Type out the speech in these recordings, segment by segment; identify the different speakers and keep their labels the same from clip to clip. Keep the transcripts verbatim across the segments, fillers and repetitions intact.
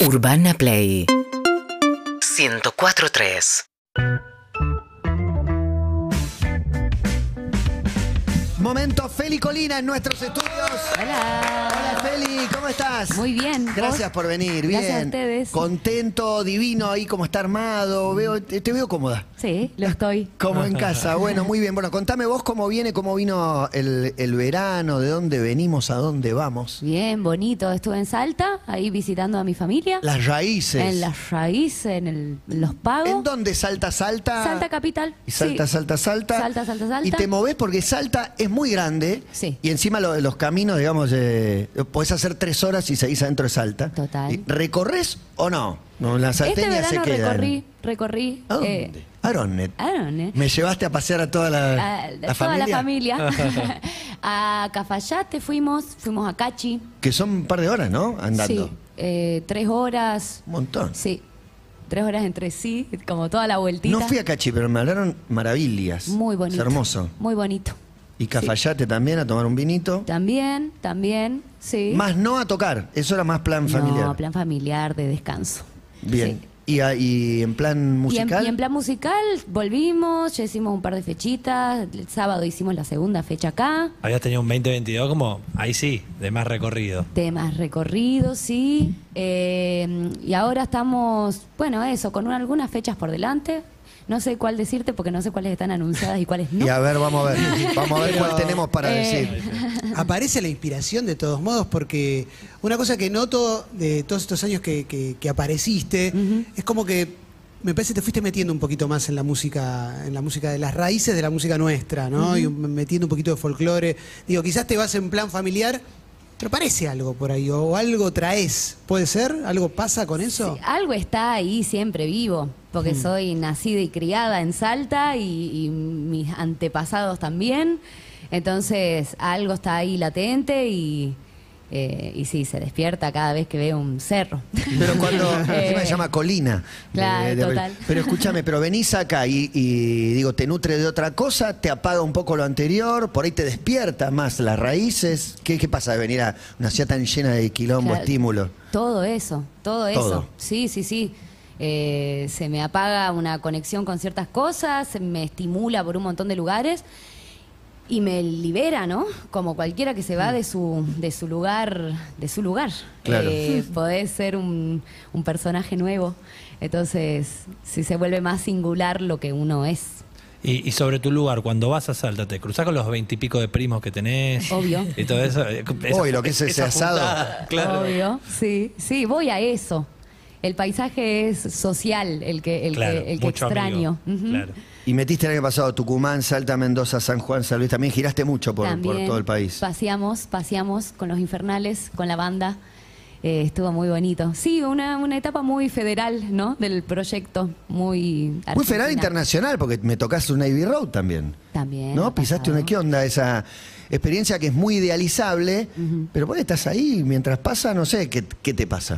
Speaker 1: Urbana Play ciento cuatro punto tres.
Speaker 2: Momento Feli Colina en nuestros estudios.
Speaker 3: Hola.
Speaker 2: Hola Feli, ¿cómo estás?
Speaker 3: Muy bien.
Speaker 2: Gracias
Speaker 3: ¿Vos?
Speaker 2: por venir, bien.
Speaker 3: Gracias a ustedes.
Speaker 2: Contento, divino ahí como está armado. Veo, te, te veo cómoda.
Speaker 3: Sí, lo estoy.
Speaker 2: Como en casa. Bueno, muy bien. Bueno, contame vos cómo viene, cómo vino el, el verano, de dónde venimos, a dónde vamos.
Speaker 3: Bien, bonito. Estuve en Salta, ahí visitando a mi familia.
Speaker 2: Las raíces.
Speaker 3: En las raíces, en, el, en Los Pagos.
Speaker 2: ¿En dónde? Salta, Salta.
Speaker 3: Salta capital.
Speaker 2: Y Salta,
Speaker 3: sí.
Speaker 2: Salta, Salta.
Speaker 3: Salta, Salta, Salta.
Speaker 2: Y te movés porque Salta es muy grande.
Speaker 3: Sí.
Speaker 2: Y encima lo, los caminos, digamos, eh, podés hacer tres horas y seguís adentro de Salta.
Speaker 3: Total.
Speaker 2: ¿Y ¿recorres o no? No, las
Speaker 3: Este
Speaker 2: salteñas se
Speaker 3: verano
Speaker 2: quedan.
Speaker 3: recorrí, recorrí.
Speaker 2: ¿A dónde?
Speaker 3: eh,
Speaker 2: ¿A dónde?
Speaker 3: ¿A dónde?
Speaker 2: Me llevaste a pasear a toda la,
Speaker 3: A,
Speaker 2: la
Speaker 3: toda
Speaker 2: familia.
Speaker 3: la familia. A Cafayate fuimos, fuimos a Cachi.
Speaker 2: Que son un par de horas, ¿no? Andando.
Speaker 3: Sí, eh, tres horas.
Speaker 2: Un montón.
Speaker 3: Sí, tres horas entre sí, como toda la vueltita.
Speaker 2: No fui a Cachi, pero me hablaron maravillas.
Speaker 3: Muy bonito.
Speaker 2: Es hermoso.
Speaker 3: Muy bonito.
Speaker 2: Y Cafayate también, a tomar un vinito.
Speaker 3: También, también, sí.
Speaker 2: Más no a tocar. Eso era más plan familiar.
Speaker 3: No, plan familiar de descanso.
Speaker 2: Bien.
Speaker 3: Sí.
Speaker 2: ¿Y, a- y en plan
Speaker 3: Y en,
Speaker 2: musical?
Speaker 3: y en plan musical volvimos, ya hicimos un par de fechitas. El sábado hicimos la segunda fecha acá.
Speaker 4: Habías tenido un veinte veintidós como, ahí sí, de más recorrido.
Speaker 3: Temas recorridos, sí. Eh, y ahora estamos, bueno, eso, con una- algunas fechas por delante. No sé cuál decirte porque no sé cuáles están anunciadas y cuáles no.
Speaker 2: Y a ver, vamos a ver. Vamos a ver
Speaker 5: Pero-
Speaker 2: cuál tenemos para
Speaker 3: Eh,
Speaker 2: decir.
Speaker 5: Aparece la inspiración de todos modos, porque una cosa que noto de todos estos años que, que- que apareciste,
Speaker 3: Ujú.
Speaker 5: es como que me parece que te fuiste metiendo un poquito más en la música, en la música de las raíces de la música nuestra, ¿no? Y un- metiendo un poquito de folclore. Digo, quizás te vas en plan familiar, pero parece algo por ahí, o algo traes. ¿Puede ser? ¿Algo pasa con eso?
Speaker 3: Sí, algo está ahí siempre vivo, porque soy nacida y criada en Salta y, y mis antepasados también. Entonces, algo está ahí latente y, eh, y sí, se despierta cada vez que veo un cerro.
Speaker 2: Pero cuando
Speaker 3: Eh,
Speaker 2: encima se llama colina.
Speaker 3: claro, total.
Speaker 2: Pero escúchame, pero venís acá y, y, digo, te nutre de otra cosa, te apaga un poco lo anterior, por ahí te despierta más las raíces. ¿Qué, qué pasa de venir a una ciudad tan llena de quilombo,
Speaker 3: Claro,
Speaker 2: estímulo?
Speaker 3: Todo eso, todo eso.
Speaker 2: Todo.
Speaker 3: Sí, sí, sí. Eh, se me apaga una conexión con ciertas cosas, se me estimula por un montón de lugares y me libera, ¿no? Como cualquiera que se va de su, de su lugar, de su lugar.
Speaker 2: Claro.
Speaker 3: Eh, podés ser un, un personaje nuevo. Entonces, si se vuelve más singular lo que uno es.
Speaker 4: Y, y sobre tu lugar, cuando vas a Salta, ¿te cruzás con los veintipico de primos que tenés?
Speaker 3: Obvio.
Speaker 4: Y todo eso. eh, esa-
Speaker 2: Uy, lo que es ese
Speaker 4: esa
Speaker 2: asado.
Speaker 4: juntada, claro.
Speaker 3: Obvio, sí, sí, voy a eso. El paisaje es social, el que, el
Speaker 4: Claro,
Speaker 3: que, el que
Speaker 4: mucho
Speaker 3: extraño.
Speaker 4: amigo,
Speaker 3: Ujú.
Speaker 4: claro.
Speaker 2: Y metiste el año pasado Tucumán, Salta, Mendoza, San Juan, San Luis. También giraste mucho por, por
Speaker 3: También
Speaker 2: todo el país.
Speaker 3: Paseamos, paseamos con los infernales, con la banda. Eh, estuvo muy bonito. Sí, una, una etapa muy federal, ¿no? Del proyecto, muy
Speaker 2: Muy federal
Speaker 3: argentina.
Speaker 2: internacional, porque me tocaste un Navy Road también.
Speaker 3: También.
Speaker 2: ¿No?
Speaker 3: ha
Speaker 2: Pisaste
Speaker 3: pasado.
Speaker 2: una, ¿qué onda? Esa experiencia que es muy idealizable, pero vos estás ahí y mientras pasa, no sé, ¿qué, qué te pasa?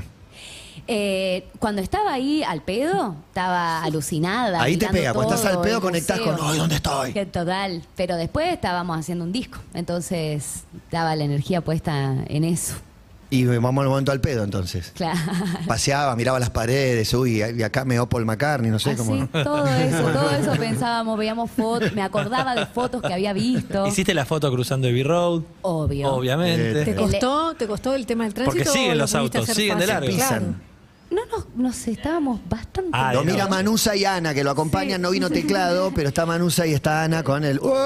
Speaker 3: Eh, cuando estaba ahí al pedo, estaba alucinada.
Speaker 2: Ahí te
Speaker 3: mirando
Speaker 2: pega, cuando estás al
Speaker 3: todo
Speaker 2: pedo
Speaker 3: el
Speaker 2: conectás
Speaker 3: museo.
Speaker 2: con, ¡ay, ¿dónde estoy?
Speaker 3: Que total, pero después estábamos haciendo un disco, entonces estaba la energía puesta en eso.
Speaker 2: Y vamos al momento al pedo entonces.
Speaker 3: Claro.
Speaker 2: Paseaba, miraba las paredes, uy, y acá me veo Paul McCartney, no sé
Speaker 3: Así,
Speaker 2: cómo.
Speaker 3: todo eso, todo eso pensábamos, veíamos fotos, me acordaba de fotos que había visto.
Speaker 4: ¿Hiciste la foto cruzando Abbey Road?
Speaker 3: Obvio.
Speaker 4: Obviamente.
Speaker 2: Eh,
Speaker 6: ¿Te costó, ¿Te costó el tema del tránsito?
Speaker 4: Porque siguen
Speaker 6: o lo
Speaker 4: los
Speaker 6: pudiste
Speaker 4: autos,
Speaker 6: hacer
Speaker 4: siguen de
Speaker 6: fácil?
Speaker 4: largo.
Speaker 2: Pisan.
Speaker 3: No, no, no sé, estábamos bastante...
Speaker 4: Ah,
Speaker 2: Lo
Speaker 4: no.
Speaker 2: mira Manusa y Ana, que lo acompañan,
Speaker 3: Sí.
Speaker 2: no vino teclado, pero está Manusa y está Ana con el.
Speaker 4: No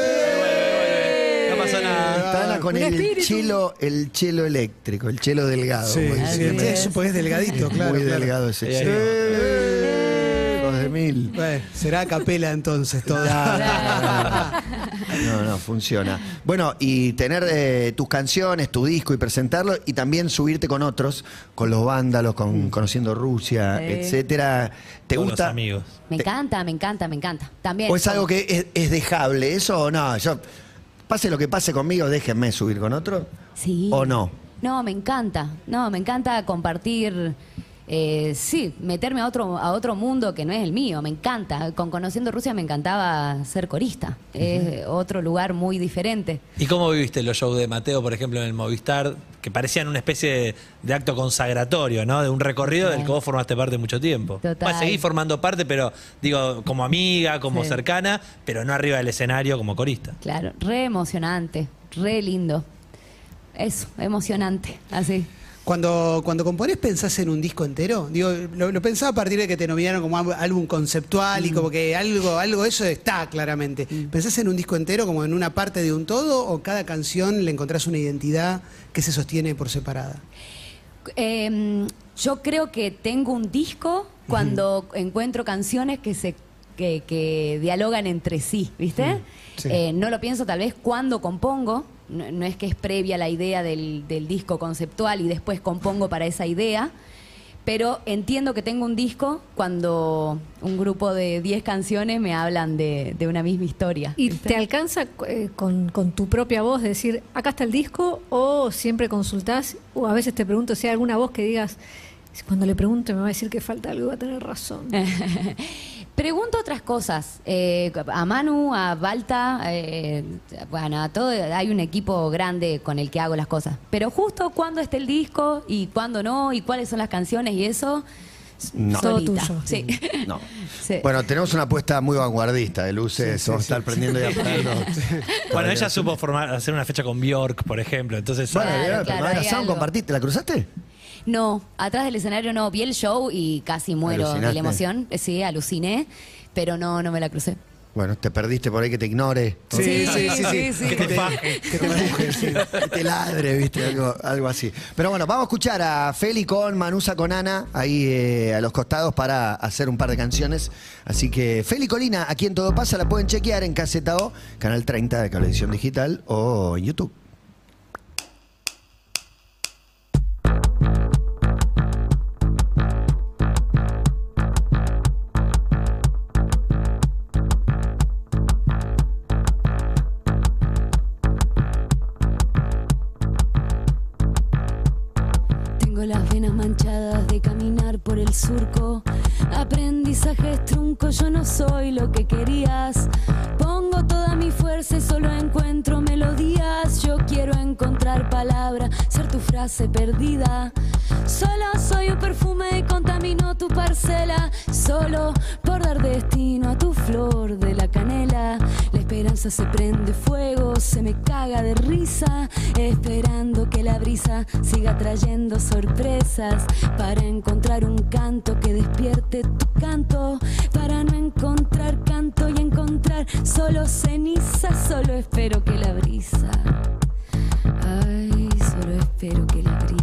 Speaker 4: pasa nada.
Speaker 2: Está Ana con
Speaker 6: Un
Speaker 2: el
Speaker 6: espíritu.
Speaker 2: chelo, el chelo eléctrico, el chelo delgado.
Speaker 5: Sí,
Speaker 2: como
Speaker 5: sí,
Speaker 2: dice.
Speaker 3: Así
Speaker 5: es, porque es delgadito, claro.
Speaker 2: Muy
Speaker 5: claro.
Speaker 2: delgado ese.
Speaker 4: Sí,
Speaker 2: Sí. Eh, hijos de mil.
Speaker 5: Bueno, será a capela entonces todo.
Speaker 2: No, no, funciona. Bueno, y tener eh, tus canciones, tu disco y presentarlo y también subirte con otros, con los vándalos, con Conociendo Rusia,
Speaker 3: Sí.
Speaker 2: etcétera. ¿Te
Speaker 4: Con
Speaker 2: gusta?
Speaker 4: los amigos.
Speaker 3: Me encanta, me encanta, me encanta. También.
Speaker 2: ¿O es algo que es, es dejable eso o no? Yo, pase lo que pase conmigo, déjenme subir con otro.
Speaker 3: Sí.
Speaker 2: ¿O no?
Speaker 3: No, me encanta. No, me encanta compartir eh, sí, meterme a otro, a otro mundo que no es el mío, me encanta. Con Conociendo Rusia me encantaba ser corista, es otro lugar muy diferente.
Speaker 4: ¿Y cómo viviste los shows de Mateo, por ejemplo, en el Movistar, que parecían una especie de, de acto consagratorio, ¿no? De un recorrido
Speaker 3: Total.
Speaker 4: del que vos formaste parte mucho tiempo.
Speaker 3: Total.
Speaker 4: Bueno, seguís formando parte, pero digo, como amiga, como
Speaker 3: Sí.
Speaker 4: cercana, pero no arriba del escenario como corista.
Speaker 3: Claro, re emocionante, re lindo. Eso, emocionante, así.
Speaker 5: Cuando, cuando componés, ¿pensás en un disco entero? Digo, lo, lo pensaba a partir de que te nominaron como al- álbum conceptual y como que algo, algo de eso está claramente. ¿Pensás en un disco entero como en una parte de un todo o cada canción le encontrás una identidad que se sostiene por separada?
Speaker 3: Eh, yo creo que tengo un disco cuando encuentro canciones que se que, que dialogan entre sí, ¿viste?
Speaker 5: Sí.
Speaker 3: Eh, no lo pienso tal vez cuando compongo, no, no es que es previa la idea del, del disco conceptual y después compongo para esa idea, pero entiendo que tengo un disco cuando un grupo de diez canciones me hablan de, de una misma historia.
Speaker 6: ¿Y
Speaker 3: ¿viste?
Speaker 6: te alcanza eh, con, con tu propia voz decir, acá está el disco, o siempre consultás, o a veces te pregunto si hay alguna voz que digas, cuando le pregunte me va a decir que falta algo y va a tener razón?
Speaker 3: Pregunto otras cosas, eh, a Manu, a Balta, eh, bueno, a todo, hay un equipo grande con el que hago las cosas. Pero justo cuándo está el disco y cuándo no, y cuáles son las canciones y eso,
Speaker 2: No.
Speaker 6: Todo
Speaker 3: solita.
Speaker 6: tuyo.
Speaker 3: Sí.
Speaker 2: No.
Speaker 3: Sí.
Speaker 2: Bueno, tenemos una apuesta muy vanguardista de luces, vamos a estar prendiendo y apagando.
Speaker 4: Bueno, ella supo formar, hacer una fecha con Bjork, por ejemplo. Entonces,
Speaker 2: Bueno,
Speaker 3: Claro,
Speaker 2: pero
Speaker 3: claro,
Speaker 2: Primavera
Speaker 3: hay
Speaker 2: Sound
Speaker 3: algo.
Speaker 2: compartiste, ¿la cruzaste?
Speaker 3: No, atrás del escenario no, vi el show y casi muero de
Speaker 2: ¿Alucinaste?
Speaker 3: la emoción, eh, sí, aluciné, pero no, no me la crucé.
Speaker 2: Bueno, te perdiste por ahí que te ignore.
Speaker 3: Sí, sí, sí, sí.
Speaker 4: que te faje.
Speaker 2: Que te empuje, sí, que te ladre, viste, algo, algo así. Pero bueno, vamos a escuchar a Feli con Manusa con Ana ahí eh, a los costados para hacer un par de canciones. Así que Feli Colina, aquí en Todo Pasa, la pueden chequear en Caseta O, Canal treinta de Cablevisión Digital o en YouTube.
Speaker 3: Tengo las venas manchadas de caminar por el surco. Aprendizaje trunco, yo no soy lo que querías. Pongo toda mi fuerza y solo encuentro melodías. Yo quiero encontrar palabras, ser tu frase perdida. Solo soy un perfume y contamino tu parcela. Solo por dar destino a tu flor de la canela. La esperanza se prende fuego, se me caga de risa, esperando que la brisa siga trayendo sorpresas, para encontrar un canto que despierte tu canto, para no encontrar canto y encontrar solo ceniza. Solo espero que la brisa, ay, solo espero que la brisa.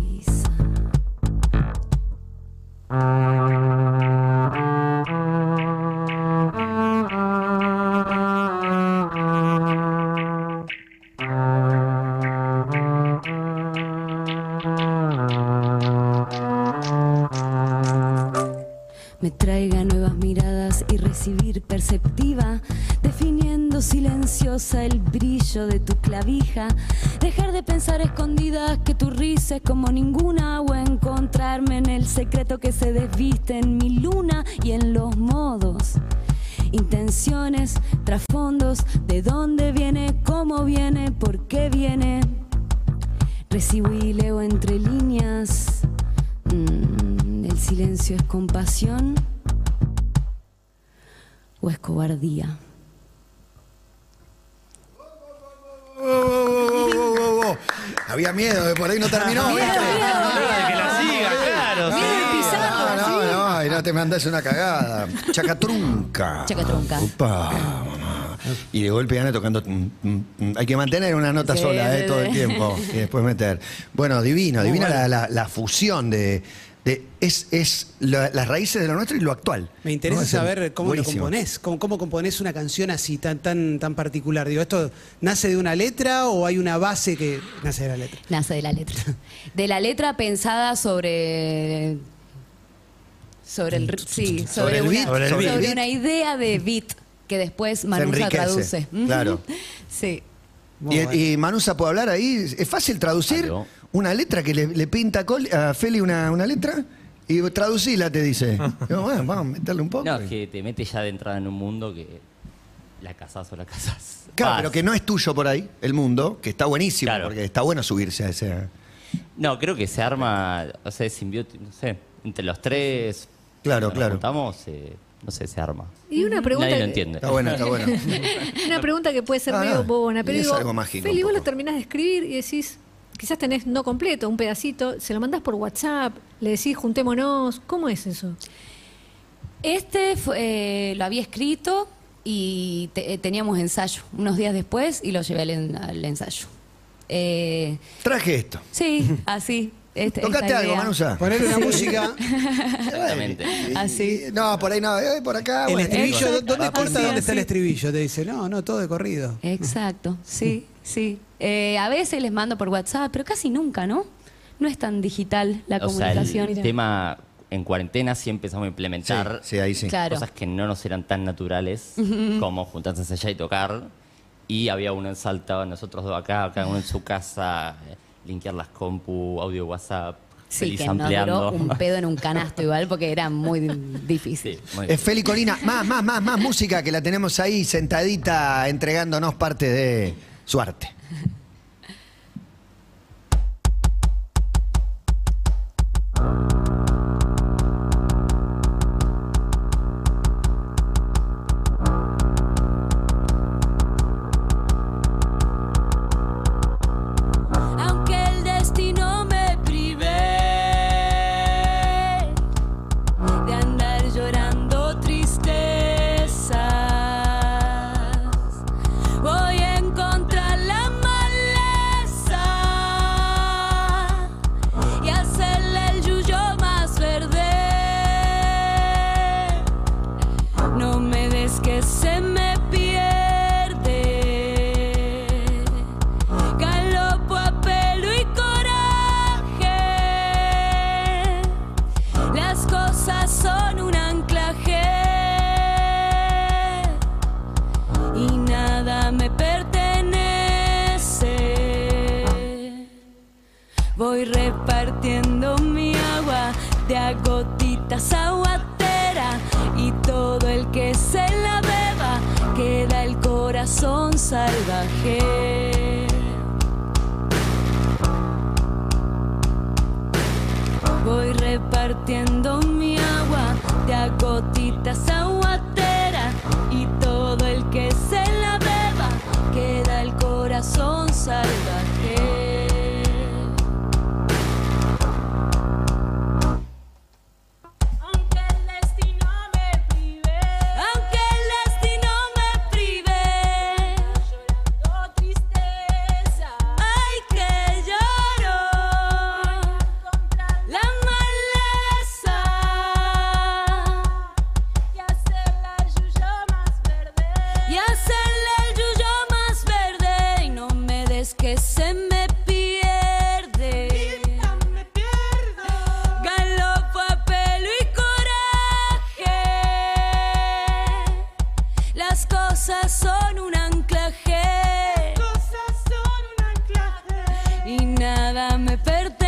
Speaker 3: Me traiga nuevas miradas y recibir perceptiva, definiendo silenciosa el brillo de tu clavija. Dejar de pensar escondidas que tu risa es como ninguna, o encontrarme en el secreto que se desviste en mi luna y en los modos. Intenciones, trasfondos, de dónde viene, cómo viene, por qué viene. Recibo y leo entre líneas. Mm, ¿el silencio es compasión o es cobardía?
Speaker 2: Oh, oh, oh, oh, oh. Había miedo, de por ahí no terminó.
Speaker 3: Miedo,
Speaker 2: ¿viste?
Speaker 3: miedo,
Speaker 4: Nada de que la siga, claro.
Speaker 3: Miedo
Speaker 4: sí.
Speaker 3: de pisarlo,
Speaker 2: No, no, no, ay, no te mandas una cagada. Chacatrunca.
Speaker 3: Chacatrunca.
Speaker 2: Upa, mamá. Y de golpe Ana tocando. mm, mm, mm. Hay que mantener una nota
Speaker 3: Sí,
Speaker 2: sola eh,
Speaker 3: sí,
Speaker 2: todo
Speaker 3: sí.
Speaker 2: el tiempo. Y después meter. Bueno, divino,
Speaker 5: Muy
Speaker 2: divina
Speaker 5: bueno.
Speaker 2: la, la- la fusión de. de- es es la- las raíces de lo nuestro y lo actual.
Speaker 5: Me interesa
Speaker 2: ¿no? Es
Speaker 5: saber cómo
Speaker 2: buenísimo.
Speaker 5: lo componés, cómo, cómo componés una canción así tan, tan, tan particular. Digo, ¿esto nace de una letra o hay una base que nace de la letra?
Speaker 3: Nace de la letra. De la letra pensada sobre. Sobre el. Sí,
Speaker 2: Sobre
Speaker 3: sobre,
Speaker 2: el
Speaker 3: una,
Speaker 2: beat,
Speaker 4: sobre el
Speaker 3: sobre
Speaker 2: beat.
Speaker 3: una idea de beat que después Manusa
Speaker 2: enriquece,
Speaker 3: traduce.
Speaker 2: claro.
Speaker 3: Sí.
Speaker 5: Muy bueno.
Speaker 2: Y, y Manusa puede hablar ahí. Es fácil traducir
Speaker 7: Aló.
Speaker 2: una letra que le, le pinta a, Col- a Feli una, una letra Y traducila, te dice. Digo, bueno, vamos a meterle un poco.
Speaker 7: No, es que te metes ya de entrada en un mundo que la casás o la casás.
Speaker 2: Claro,
Speaker 7: Vas.
Speaker 2: pero que no es tuyo por ahí, el mundo, que está buenísimo,
Speaker 7: Claro.
Speaker 2: porque está bueno subirse a ese...
Speaker 7: No, creo que se arma, o sea, es simbiótico, no sé, entre los tres.
Speaker 2: Claro,
Speaker 7: cuando nos
Speaker 2: claro.
Speaker 7: juntamos, eh, no sé, se arma.
Speaker 6: Y una pregunta.
Speaker 7: Nadie lo
Speaker 6: que-
Speaker 7: entiende.
Speaker 2: Está bueno, está bueno.
Speaker 6: Una pregunta que puede ser
Speaker 2: Ah,
Speaker 6: medio
Speaker 2: no,
Speaker 6: bobona, pero
Speaker 2: es
Speaker 6: digo,
Speaker 2: algo mágico
Speaker 6: Feli,
Speaker 2: un
Speaker 6: vos lo
Speaker 2: poco.
Speaker 6: terminás de escribir y decís, quizás tenés no completo, un pedacito, se lo mandás por WhatsApp, le decís juntémonos, ¿cómo es eso?
Speaker 3: Este fue, eh, lo había escrito y te- eh, teníamos ensayo unos días después y lo llevé al, en- al ensayo. Eh,
Speaker 2: Traje esto.
Speaker 3: sí, así. Este,
Speaker 2: Tocate
Speaker 3: esta
Speaker 2: algo,
Speaker 3: idea.
Speaker 2: Manusa.
Speaker 5: Ponerle una música.
Speaker 7: Exactamente.
Speaker 3: Así.
Speaker 2: No, por ahí no, eh, por acá.
Speaker 5: El
Speaker 2: bueno,
Speaker 5: estribillo,
Speaker 3: Exacto.
Speaker 5: ¿dónde corta?
Speaker 3: Así,
Speaker 5: ¿Dónde está el
Speaker 3: así.
Speaker 5: estribillo? Te dice, no, no, todo de corrido.
Speaker 3: Exacto, sí, sí. Eh, a veces les mando por WhatsApp, pero casi nunca, ¿no? No es tan digital la
Speaker 7: O sea,
Speaker 3: comunicación.
Speaker 7: el tema en cuarentena sí empezamos a implementar
Speaker 2: Sí, sí, ahí sí.
Speaker 3: Claro.
Speaker 7: cosas que no nos eran tan naturales como juntarse allá y tocar. Y había uno en Salta, nosotros dos acá, cada uno en su casa, eh, linkear las compu, audio WhatsApp,
Speaker 3: Sí,
Speaker 7: feliz
Speaker 3: que nos
Speaker 7: ampliando.
Speaker 3: duró un pedo en un canasto igual porque era muy difícil.
Speaker 7: Sí, muy
Speaker 2: Es Feli Colina, más, más, más, más música que la tenemos ahí sentadita entregándonos parte de su arte.
Speaker 8: Aunque el destino me prive de andar llorando tristezas, voy a encontrar la maleza y hacerle el yuyo más verde. No me des que se me pierde. Galopo a pelo y coraje. Las cosas son un anclaje y nada me pertenece. Voy repartiendo mi agua de a gotitas aguatera y todo el que se la beba queda el corazón salvaje. Voy repartiendo mi agua de a gotitas aguatera y todo el que se la beba queda el corazón salvaje. Aunque el destino me prive, aunque el destino me prive, llorando tristeza, ay que lloro, la maleza y hacerle el yuyo más verde, y hacerle el yuyo más verde, y no me des que se me pierde. Galopo a pelo y coraje. Las cosas son un anclaje. Y nada me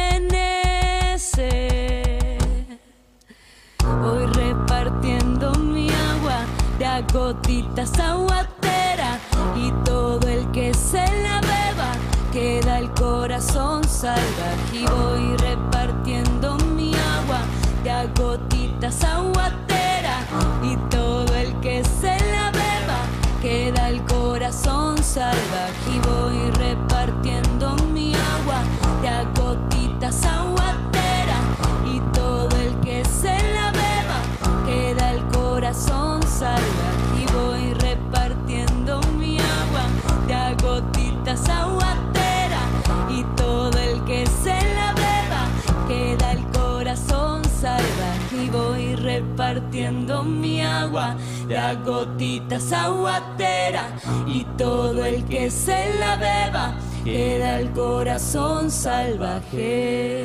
Speaker 8: pertenece. Voy repartiendo mi agua de a gotitas aguatera y todo el que se la beba queda el corazón salvaje. Y voy repartiendo mi agua de a gotitas aguatera y todo el que se la beba queda el corazón salvaje. Y voy repartiendo mi agua de a gotitas aguatera y todo el que se la beba queda el corazón salvaje. Y voy repartiendo mi agua de a gotitas aguatera y todo el que se la beba queda el corazón salvaje. Y voy repartiendo mi agua de a gotitas aguatera y todo el que se la beba queda el corazón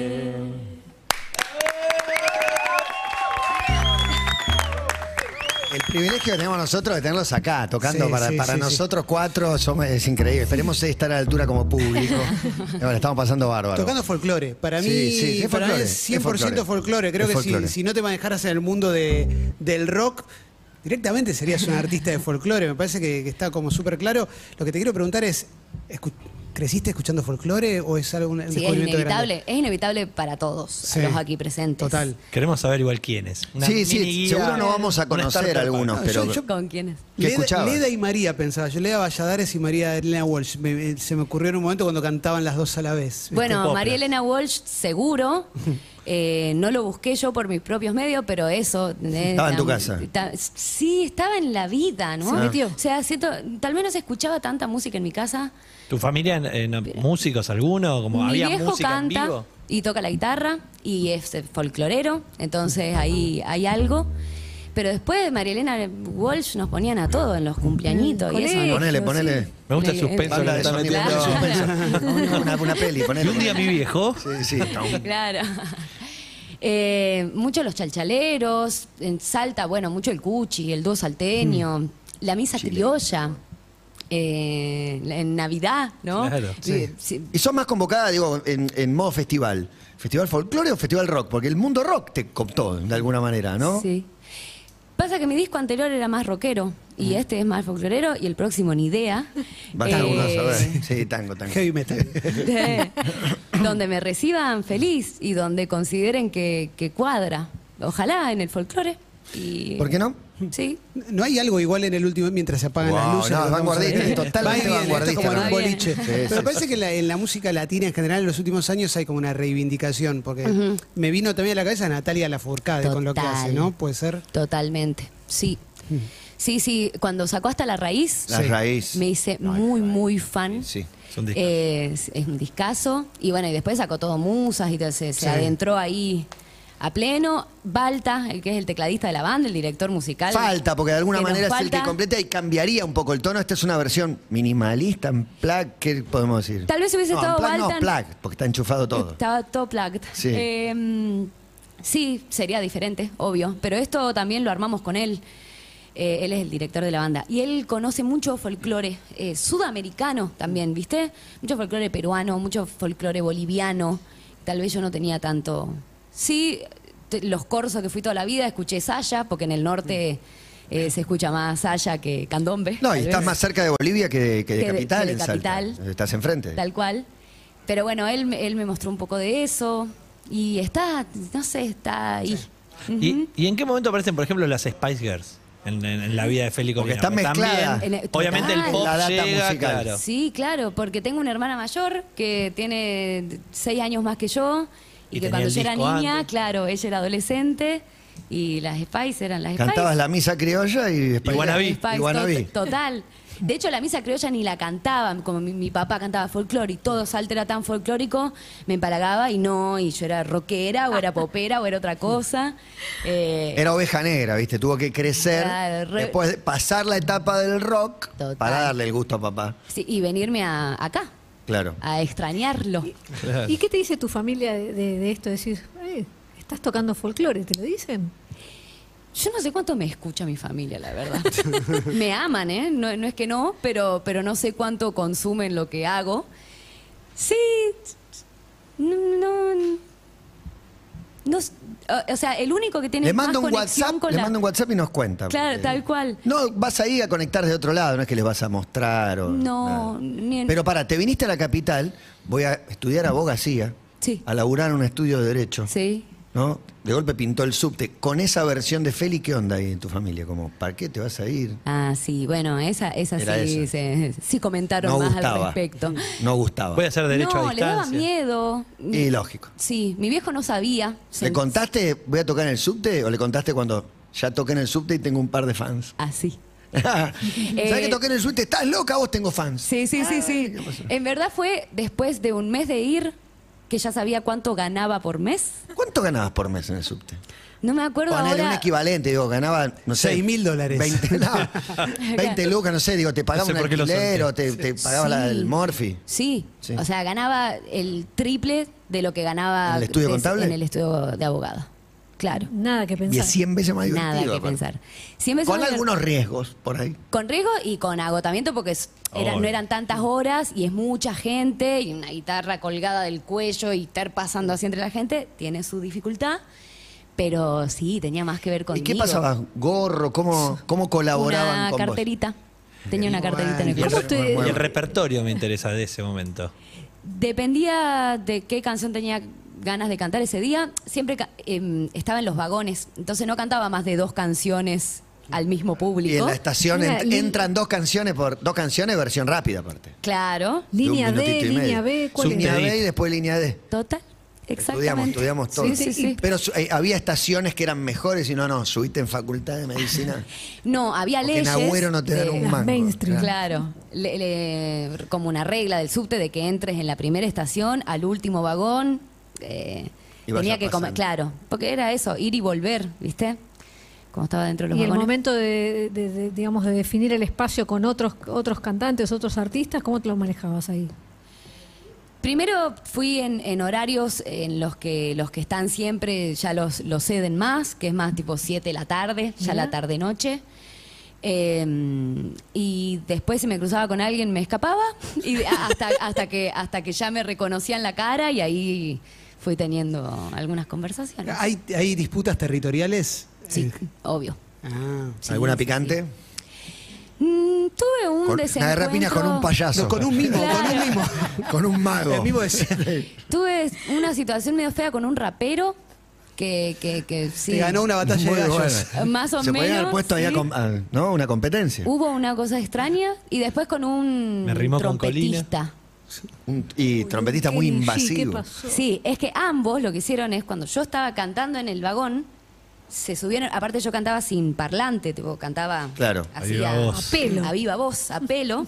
Speaker 8: salvaje.
Speaker 2: El privilegio que tenemos nosotros de tenerlos acá, tocando
Speaker 5: Sí,
Speaker 2: para,
Speaker 5: sí,
Speaker 2: para
Speaker 5: sí,
Speaker 2: nosotros cuatro, somos, es increíble. Esperemos estar a la altura como público. Bueno, estamos pasando bárbaro.
Speaker 5: Tocando folclore. Para mí,
Speaker 2: Sí, sí, sí, es
Speaker 5: para mí
Speaker 2: folclore,
Speaker 5: es cien por ciento
Speaker 2: es
Speaker 5: folclore.
Speaker 2: folclore.
Speaker 5: Creo
Speaker 2: Es
Speaker 5: que si,
Speaker 2: folclore.
Speaker 5: si no te manejaras en el mundo de, del rock, directamente serías un artista de folclore. Me parece que, que está como súper claro. Lo que te quiero preguntar es, escu- ¿creciste escuchando folclore o es algo un
Speaker 3: Sí, es
Speaker 5: descubrimiento
Speaker 3: inevitable,
Speaker 5: grande?
Speaker 3: es inevitable para todos,
Speaker 5: Sí,
Speaker 3: los aquí presentes.
Speaker 5: Total.
Speaker 4: Queremos saber igual quiénes. Una
Speaker 2: Sí,
Speaker 4: mini
Speaker 2: sí,
Speaker 4: guía,
Speaker 2: seguro no vamos a
Speaker 4: una
Speaker 2: conocer
Speaker 4: starter
Speaker 2: algunos,
Speaker 4: pack.
Speaker 2: pero...
Speaker 5: yo- yo-
Speaker 3: ¿Con quiénes?
Speaker 2: ¿Qué
Speaker 5: Leda,
Speaker 2: escuchabas?
Speaker 5: Leda y María pensaba. Yo Leda Valladares y María Elena Walsh. Me- me- se me ocurrió en un momento cuando cantaban las dos a la vez. ¿viste?
Speaker 3: Bueno,
Speaker 4: Poplar.
Speaker 3: María Elena Walsh, seguro. Eh, no lo busqué yo por mis propios medios, pero eso... eh,
Speaker 2: Estaba en tu
Speaker 3: tam-
Speaker 2: casa.
Speaker 3: ta- sí, estaba en la vida, ¿no?
Speaker 2: Se metió.
Speaker 3: O sea, siento, tal vez no se escuchaba tanta música en mi casa.
Speaker 4: ¿Tu familia, en, en músicos alguno? Como
Speaker 3: Mi
Speaker 4: había
Speaker 3: viejo
Speaker 4: música en
Speaker 3: canta
Speaker 4: vivo.
Speaker 3: y toca la guitarra y es eh, folclorero, entonces ahí hay algo. Pero después María Elena Walsh nos ponían a todos en los cumpleañitos y eso. ¿no?
Speaker 2: Ponele, ponele.
Speaker 4: Me gusta el
Speaker 3: Eh,
Speaker 4: suspenso
Speaker 2: Banda
Speaker 4: que
Speaker 2: de
Speaker 4: está
Speaker 2: sonido,
Speaker 4: metiendo.
Speaker 2: ponele
Speaker 3: Claro.
Speaker 2: suspenso. Una, una peli,
Speaker 4: Y
Speaker 2: ponele.
Speaker 4: un día mi viejo.
Speaker 2: Sí, sí.
Speaker 3: Claro. Eh, mucho los chalchaleros, en Salta, bueno, mucho el cuchi, el dúo salteño, la misa criolla, eh, en Navidad, ¿no?
Speaker 4: Claro,
Speaker 3: Sí, sí.
Speaker 2: Y son más convocadas, digo, en, en modo festival. ¿Festival folclore o festival rock? Porque el mundo rock te cooptó de alguna manera, ¿no?
Speaker 3: Sí. Pasa que mi disco anterior era más rockero y este es más folclorero y el próximo ni idea.
Speaker 2: Va a estar
Speaker 3: Eh,
Speaker 2: uno a saber. Sí, tango, tango.
Speaker 5: Heavy metal.
Speaker 3: de- donde me reciban feliz y donde consideren que, que cuadra. Ojalá en el folclore. Y,
Speaker 2: ¿Por qué no?
Speaker 3: Sí.
Speaker 5: No hay algo igual en el último mientras se apagan
Speaker 2: Wow,
Speaker 5: las luces.
Speaker 2: no,
Speaker 5: lo que vamos a
Speaker 2: vanguardista,
Speaker 5: ver.
Speaker 2: totalmente
Speaker 5: Va y viene, esto
Speaker 2: vanguardista,
Speaker 5: como en un
Speaker 3: ¿no?
Speaker 5: boliche.
Speaker 3: Sí,
Speaker 5: Pero
Speaker 2: sí,
Speaker 5: parece
Speaker 2: sí.
Speaker 5: que en la, en la música latina en general en los últimos años hay como una reivindicación, porque me vino también a la cabeza Natalia Lafourcade con lo que
Speaker 3: Total.
Speaker 5: hace, ¿no? Puede ser.
Speaker 3: Totalmente. Sí. Sí, sí. Cuando sacó Hasta la Raíz,
Speaker 2: La
Speaker 5: Sí.
Speaker 2: raíz.
Speaker 3: me hice muy, muy fan.
Speaker 2: Sí.
Speaker 4: Es un disco.
Speaker 3: Eh, es, es un discazo. Y bueno, y después sacó todo musas y todo, se, se
Speaker 5: Sí.
Speaker 3: adentró ahí a pleno. Balta, el que es el tecladista de la banda, el director musical.
Speaker 2: Falta, porque de alguna
Speaker 3: que nos
Speaker 2: manera es el que
Speaker 3: falta.
Speaker 2: completa y cambiaría un poco el tono. Esta es una versión minimalista, en plug, ¿qué podemos decir?
Speaker 3: Tal vez hubiese
Speaker 2: no,
Speaker 3: estado
Speaker 2: en plug
Speaker 3: Balta.
Speaker 2: No, plug, porque está enchufado todo.
Speaker 3: Estaba todo plugged.
Speaker 2: Sí.
Speaker 3: Eh, sí, sería diferente, obvio. Pero esto también lo armamos con él. Eh, él es el director de la banda. Y él conoce mucho folclore eh, sudamericano también, ¿viste? Mucho folclore peruano, mucho folclore boliviano. Tal vez yo no tenía tanto. Sí, te- los corsos que fui toda la vida, escuché saya, porque en el norte eh, se escucha más saya que candombe.
Speaker 2: No, y
Speaker 3: tal
Speaker 2: estás
Speaker 3: vez.
Speaker 2: más cerca de Bolivia que de, que de
Speaker 3: Que de-
Speaker 2: Capital,
Speaker 3: que de
Speaker 2: en Salta.
Speaker 3: Capital.
Speaker 2: Estás enfrente.
Speaker 3: Tal cual. Pero bueno, él, me- él me mostró un poco de eso. Y está, no sé, está ahí.
Speaker 4: ¿Y, y en qué momento aparecen, por ejemplo, las Spice Girls en, en- en la vida de Félix
Speaker 2: Porque
Speaker 4: Colina?
Speaker 2: están mezcladas.
Speaker 4: También,
Speaker 3: En el-
Speaker 4: obviamente el
Speaker 3: total.
Speaker 4: pop
Speaker 2: La data
Speaker 4: llega,
Speaker 2: musical.
Speaker 4: claro.
Speaker 3: Sí, claro, porque tengo una hermana mayor que tiene seis años más que yo y,
Speaker 4: Y
Speaker 3: que
Speaker 4: tenía
Speaker 3: cuando
Speaker 4: el
Speaker 3: yo era
Speaker 4: disco
Speaker 3: niña,
Speaker 4: antes.
Speaker 3: claro, ella era adolescente y las Spice eran las Spice.
Speaker 2: Cantabas la misa criolla y después.
Speaker 4: Y Wannabe.
Speaker 3: Las Spice,
Speaker 2: Y Wannabe.
Speaker 3: to- Total. De hecho, la misa criolla ni la cantaban, como mi, mi papá cantaba folclore y todo Salta era tan folclórico, me empalagaba y no, y yo era rockera o era popera o era otra cosa. Eh,
Speaker 2: Era oveja negra, ¿viste? Tuvo que crecer.
Speaker 3: Claro, re-
Speaker 2: Después de pasar la etapa del rock
Speaker 3: Total.
Speaker 2: para darle el gusto a papá.
Speaker 3: sí, y venirme a- acá,
Speaker 2: Claro.
Speaker 3: a extrañarlo.
Speaker 6: ¿Y qué te dice tu familia de, de- de esto? Decir, "Eh, estás tocando folclore, ¿te lo dicen?
Speaker 3: Yo no sé cuánto me escucha mi familia, la verdad. Me aman, ¿eh? No, no es que no, pero, pero no sé cuánto consumen lo que hago. Sí, no, no, no, o sea, el único que tiene
Speaker 2: Le
Speaker 3: más
Speaker 2: mando un
Speaker 3: conexión
Speaker 2: WhatsApp,
Speaker 3: con
Speaker 2: le
Speaker 3: la...
Speaker 2: mando un WhatsApp y nos cuenta.
Speaker 3: Claro,
Speaker 2: porque-
Speaker 3: tal cual.
Speaker 2: No vas ahí a conectar de otro lado, no es que les vas a mostrar o
Speaker 3: No,
Speaker 2: nada.
Speaker 3: ni en-
Speaker 2: Pero para, te viniste a la capital, voy a estudiar abogacía,
Speaker 3: Sí.
Speaker 2: a laburar en un estudio de derecho,
Speaker 3: Sí.
Speaker 2: ¿no? De golpe pintó el subte. Con esa versión de Feli, ¿qué onda ahí en tu familia? Como, ¿para qué te vas a ir?
Speaker 3: Ah, sí, bueno, esa, esa
Speaker 2: Era
Speaker 3: sí,
Speaker 2: esa.
Speaker 3: se- sí comentaron
Speaker 2: No
Speaker 3: más
Speaker 2: gustaba.
Speaker 3: al respecto.
Speaker 2: No gustaba.
Speaker 4: Voy a hacer derecho
Speaker 3: no,
Speaker 4: a
Speaker 3: le daba
Speaker 4: distancia.
Speaker 3: miedo.
Speaker 2: Y lógico.
Speaker 3: Sí, mi viejo no sabía. Se-
Speaker 2: ¿Le contaste, voy a tocar en el subte? ¿O le contaste cuando ya toqué en el subte y tengo un par de fans?
Speaker 3: Así.
Speaker 2: ¿Sabes
Speaker 3: Eh,
Speaker 2: que toqué en el subte? ¿Estás loca? Vos tengo fans.
Speaker 3: Sí, sí, sí, sí. En verdad fue después de un mes de ir que ya sabía cuánto ganaba por mes.
Speaker 2: ¿Cuánto ganabas por mes en el subte?
Speaker 3: No me acuerdo
Speaker 2: Ponele un
Speaker 3: ahora.
Speaker 2: equivalente, digo, ganaba, no sé.
Speaker 5: Seis mil dólares.
Speaker 2: veinte, no, veinte lucas, no sé, digo, te pagaba
Speaker 4: No sé
Speaker 2: un
Speaker 4: por qué lo
Speaker 2: alquiler
Speaker 4: solté.
Speaker 2: o te, te pagaba la-
Speaker 3: Sí.
Speaker 2: el morfi.
Speaker 3: Sí.
Speaker 2: Sí.
Speaker 3: O sea, ganaba el triple de lo que ganaba
Speaker 2: ¿En el estudio
Speaker 3: de-
Speaker 2: contable?
Speaker 3: en el estudio de abogado. Claro.
Speaker 6: Nada que
Speaker 2: Y
Speaker 6: pensar.
Speaker 2: es cien veces más divertido.
Speaker 3: Nada que
Speaker 2: aparte.
Speaker 3: pensar. cien veces
Speaker 2: Con
Speaker 3: más
Speaker 2: algunos riesgos por ahí.
Speaker 3: Con riesgo y con agotamiento porque es- era-
Speaker 4: Obvio.
Speaker 3: no eran tantas horas y es mucha gente y una guitarra colgada del cuello y estar pasando así entre la gente tiene su dificultad, pero sí, tenía más que ver
Speaker 2: ¿Y
Speaker 3: conmigo.
Speaker 2: qué pasaba? ¿Gorro? ¿Cómo, cómo colaboraban
Speaker 3: Una
Speaker 2: con vos?
Speaker 3: carterita. Tenía una carterita en el
Speaker 4: Y el,
Speaker 3: cuello.
Speaker 6: ¿Cómo te-
Speaker 4: y el repertorio me interesa de ese momento.
Speaker 3: Dependía de qué canción tenía ganas de cantar ese día. Siempre ca- em, estaba en los vagones, entonces no cantaba más de dos canciones al mismo público.
Speaker 2: Y en la estación
Speaker 6: Mira,
Speaker 2: ent-
Speaker 6: li-
Speaker 2: entran dos canciones por dos canciones versión rápida aparte.
Speaker 3: Claro,
Speaker 6: Línea
Speaker 2: De un
Speaker 6: D,
Speaker 2: minutito y
Speaker 6: línea
Speaker 2: medio.
Speaker 6: B, ¿cuál es?
Speaker 2: Línea
Speaker 4: Subtedit.
Speaker 2: B y después línea D.
Speaker 3: total, exactamente.
Speaker 2: Estudiamos, estudiamos todo.
Speaker 3: Sí, sí, sí.
Speaker 2: Pero su- eh, había estaciones que eran mejores y no, no, subiste en facultad de medicina.
Speaker 3: No, había
Speaker 2: Porque en
Speaker 3: leyes.
Speaker 2: Agüero no te dan
Speaker 3: de-
Speaker 2: un
Speaker 6: Las
Speaker 2: mango.
Speaker 6: mainstream.
Speaker 3: Claro, le- le- como una regla del subte de que entres en la primera estación al último vagón. eh,
Speaker 2: Y vaya
Speaker 3: tenía que comer,
Speaker 2: pasando.
Speaker 3: claro, porque era eso, ir y volver, ¿viste? Como estaba dentro de los
Speaker 6: Y el
Speaker 3: vagones.
Speaker 6: momento de, de- de, digamos, de definir el espacio con otros, otros cantantes, otros artistas, ¿cómo te lo manejabas ahí?
Speaker 3: Primero fui en, en horarios en los que los que están siempre ya los, los ceden más, que es más tipo siete de la tarde, ya
Speaker 6: Mira.
Speaker 3: la tarde-noche. Eh, y después si me cruzaba con alguien me escapaba y de- hasta, hasta, que, hasta que ya me reconocían la cara y ahí fui teniendo algunas conversaciones.
Speaker 5: ¿Hay, hay disputas territoriales?
Speaker 3: Sí,
Speaker 5: Eh,
Speaker 3: obvio.
Speaker 5: ah.
Speaker 3: Sí,
Speaker 2: ¿Alguna
Speaker 3: sí,
Speaker 2: picante?
Speaker 3: Mm, tuve un
Speaker 2: Con,
Speaker 3: desencuentro.
Speaker 2: una guerra de piñas con un payaso.
Speaker 5: No, con un mimo, con un mimo.
Speaker 2: Con un mago.
Speaker 5: El mimo decía,
Speaker 3: Tuve una situación medio fea con un rapero que, que, que sí.
Speaker 5: te ganó una batalla
Speaker 2: Muy
Speaker 5: de gallos.
Speaker 2: buena.
Speaker 3: Más o
Speaker 2: Se podía haber
Speaker 3: menos,
Speaker 2: puesto ahí a
Speaker 3: sí.
Speaker 2: com- a- ¿no? Una competencia.
Speaker 3: Hubo una cosa extraña y después con un
Speaker 4: Me rimó con
Speaker 3: trompetista.
Speaker 2: Un- y trompetista
Speaker 6: ¿Qué
Speaker 2: muy
Speaker 6: dije? ¿Qué
Speaker 2: invasivo.
Speaker 6: pasó?
Speaker 3: Sí, es que ambos lo que hicieron es cuando yo estaba cantando en el vagón, se subieron, aparte yo cantaba sin parlante, tipo, cantaba
Speaker 2: Claro.
Speaker 3: así
Speaker 4: A viva
Speaker 3: a,
Speaker 4: voz.
Speaker 6: A pelo.
Speaker 3: a viva voz, a pelo.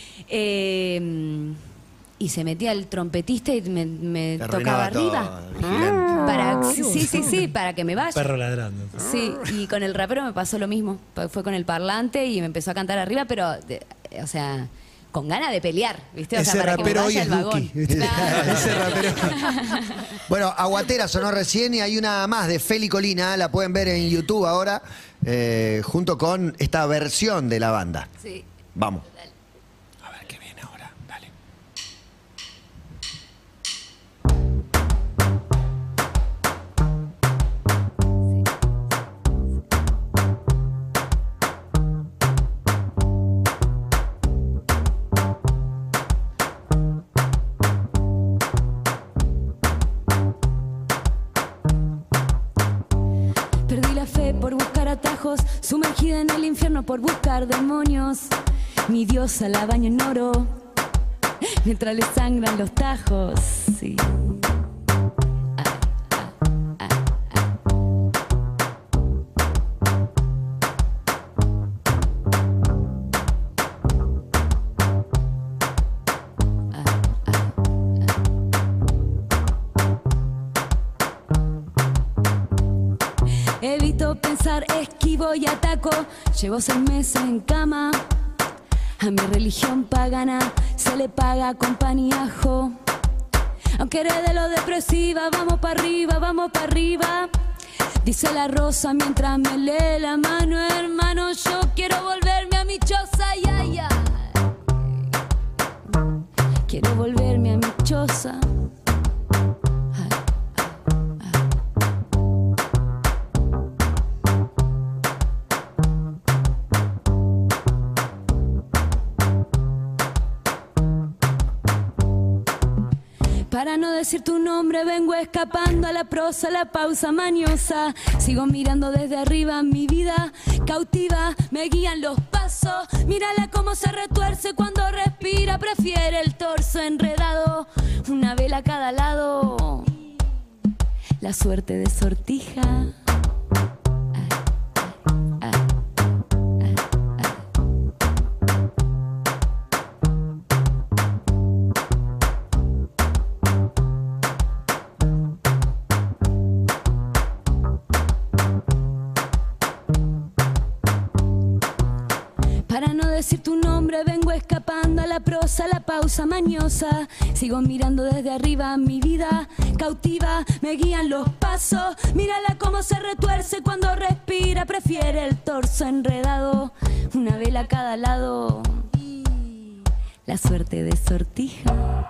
Speaker 3: Eh, y se metía el trompetista y me, me
Speaker 2: Te
Speaker 3: tocaba
Speaker 2: arruinaba todo,
Speaker 3: arriba.
Speaker 2: vigilante.
Speaker 3: Para, sí, sí, sí, sí, para que me vaya.
Speaker 4: Perro ladrando.
Speaker 3: Sí, y con el rapero me pasó lo mismo. Fue con el parlante y me empezó a cantar arriba, pero, de- o sea, con ganas de pelear, ¿viste? O sea,
Speaker 5: Ese
Speaker 3: para que me
Speaker 5: rapero hoy
Speaker 3: vaya
Speaker 5: es
Speaker 3: el vagón.
Speaker 5: Duki. ¿viste?
Speaker 3: Claro.
Speaker 5: Ese rapero.
Speaker 2: Bueno, Aguatera sonó recién y hay una más de Feli Colina, la pueden ver en YouTube ahora, eh, junto con esta versión de la banda.
Speaker 3: Sí.
Speaker 2: Vamos. A ver qué viene ahora, dale.
Speaker 8: Perdí la fe por buscar atajos, sumergida en el infierno por buscar demonios. Mi diosa la baño en oro, mientras le sangran los tajos. Sí. Evito pensar, esquivo y ataco. Llevo seis meses en cama. A mi religión pagana se le paga con pan y ajo. Aunque eres de lo depresiva, vamos para arriba, vamos para arriba. Dice la rosa mientras me lee la mano, hermano. Yo quiero volverme a mi choza, ya, ya. Quiero volverme a mi choza. Para no decir tu nombre vengo escapando a la prosa, a la pausa mañosa. Sigo mirando desde arriba mi vida cautiva, me guían los pasos. Mírala cómo se retuerce cuando respira, prefiere el torso enredado, una vela a cada lado. La suerte de sortija. Para no decir tu nombre vengo escapando jugando a la prosa, la pausa mañosa. Sigo mirando desde arriba mi vida cautiva, me guían los pasos. Mírala cómo se retuerce cuando respira, prefiere el torso enredado, una vela a cada lado y la suerte de sortija.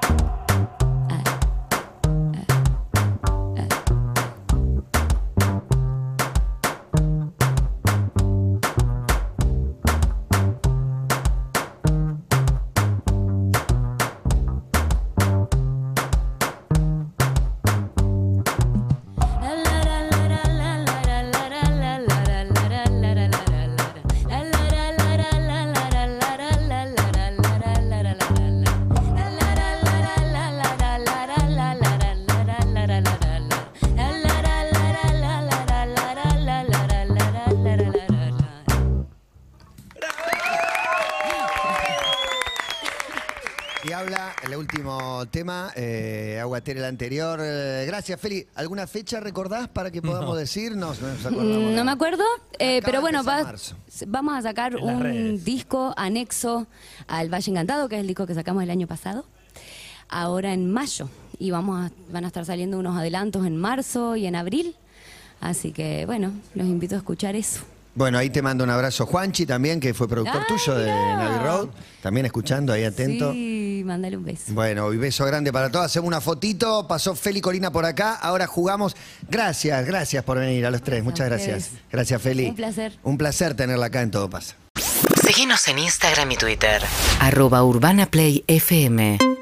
Speaker 2: Diabla, el último tema, eh, Aguatera el anterior. Eh, gracias, Feli. ¿Alguna fecha recordás para que podamos
Speaker 4: No.
Speaker 2: decirnos? No, nos acordamos.
Speaker 3: No me acuerdo, eh,
Speaker 2: Acaba
Speaker 3: pero
Speaker 2: de
Speaker 3: bueno,
Speaker 2: empezar
Speaker 3: va-
Speaker 2: marzo.
Speaker 3: vamos a sacar
Speaker 4: En las
Speaker 3: un
Speaker 4: redes.
Speaker 3: disco anexo al Valle Encantado, que es el disco que sacamos el año pasado, ahora en mayo. Y vamos a- van a estar saliendo unos adelantos en marzo y en abril. Así que, bueno, los invito a escuchar eso.
Speaker 2: Bueno, ahí te mando un abrazo. Juanchi también, que fue productor
Speaker 3: Ay,
Speaker 2: tuyo de
Speaker 3: mirá.
Speaker 2: Navi Road. También escuchando, ahí atento.
Speaker 3: Sí, mándale un beso.
Speaker 2: Bueno, y beso grande para todos. Hacemos una fotito. Pasó Feli Colina por acá. Ahora jugamos. Gracias, gracias por venir a los tres.
Speaker 3: Gracias
Speaker 2: Muchas
Speaker 3: a
Speaker 2: gracias.
Speaker 3: ustedes.
Speaker 2: Gracias, Feli.
Speaker 3: Un placer.
Speaker 2: Un placer tenerla acá en Todo Pasa.
Speaker 1: Síguenos en Instagram y Twitter. Arroba Urbana Play F M.